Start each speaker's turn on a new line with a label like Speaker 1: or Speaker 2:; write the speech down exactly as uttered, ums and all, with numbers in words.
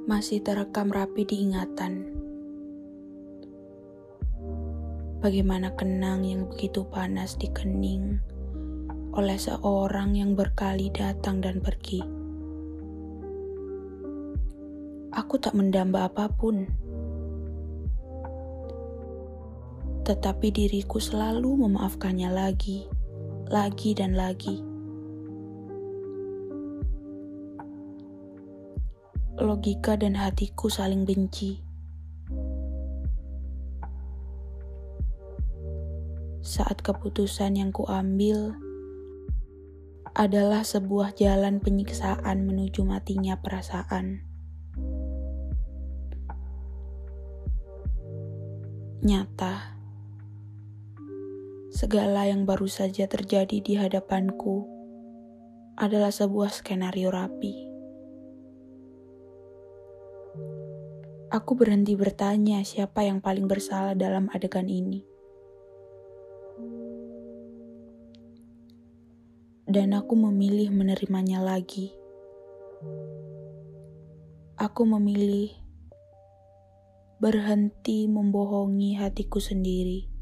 Speaker 1: masih terekam rapi di ingatan. Bagaimana kenang yang begitu panas di kening oleh seorang yang berkali datang dan pergi. Aku tak mendamba apapun, tetapi diriku selalu memaafkannya lagi, lagi dan lagi. Logika dan hatiku saling benci. Saat keputusan yang kuambil adalah sebuah jalan penyiksaan menuju matinya perasaan. Nyata, segala yang baru saja terjadi di hadapanku adalah sebuah skenario rapi. Aku berhenti bertanya siapa yang paling bersalah dalam adegan ini. Dan aku memilih menerimanya lagi. Aku memilih berhenti membohongi hatiku sendiri.